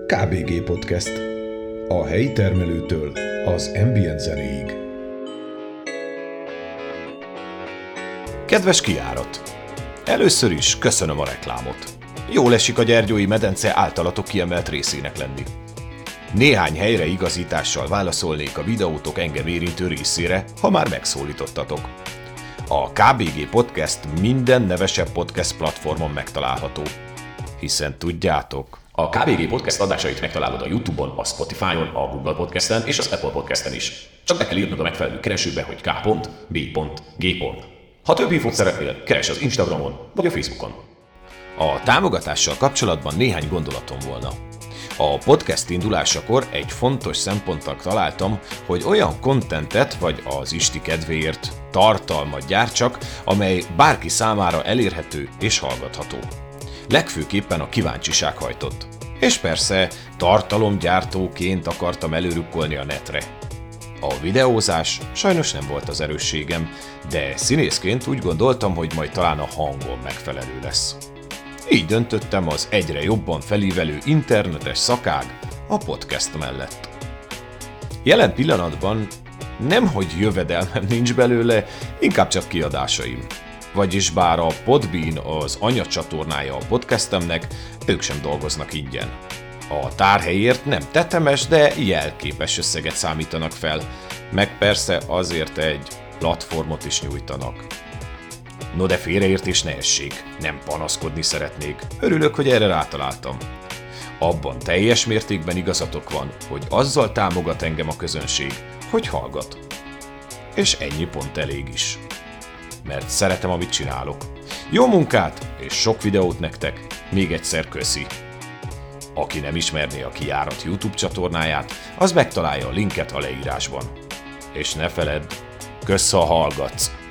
KBG Podcast. A helyi termelőtől az ambient zenéig. Kedves kijárat! Először is köszönöm a reklámot. Jól esik a Gyergyói medence általatok kiemelt részének lenni. Néhány helyre igazítással válaszolnék a videótok engem érintő részére, ha már megszólítottatok. A KBG Podcast minden nevesebb podcast platformon megtalálható. Hiszen tudjátok, a KBG Podcast adásait megtalálod a YouTube-on, a Spotify-on, a Google Podcast-en és az Apple Podcast-en is. Csak be kell írnod a megfelelő keresőbe, hogy k.b.g. Ha több infót szeretnél, keresd az Instagramon vagy a Facebookon. A támogatással kapcsolatban néhány gondolatom volna. A podcast indulásakor egy fontos szempontnak találtam, hogy olyan contentet vagy az Isti kedvéért tartalmat gyártsak, amely bárki számára elérhető és hallgatható. Legfőképpen a kíváncsiság hajtott. És persze tartalomgyártóként akartam előrukkolni a netre. A videózás sajnos nem volt az erősségem, de színészként úgy gondoltam, hogy majd talán a hangom megfelelő lesz. Így döntöttem az egyre jobban felívelő internetes szakág a podcast mellett. Jelen pillanatban nemhogy jövedelmem nincs belőle, inkább csak kiadásaim. Vagyis bár a Podbean az anyacsatornája a podcastemnek, ők sem dolgoznak ingyen. A tárhelyért nem tetemes, de jelképes összeget számítanak fel, meg persze azért egy platformot is nyújtanak. No de félreértés ne essék, nem panaszkodni szeretnék, örülök, hogy erre rátaláltam. Abban teljes mértékben igazatok van, hogy azzal támogat engem a közönség, hogy hallgat. És ennyi pont elég is. Mert szeretem, amit csinálok. Jó munkát és sok videót nektek, még egyszer köszi. Aki nem ismerné a Kijárat YouTube csatornáját, az megtalálja a linket a leírásban. És ne feledd, kösz, ha hallgatsz!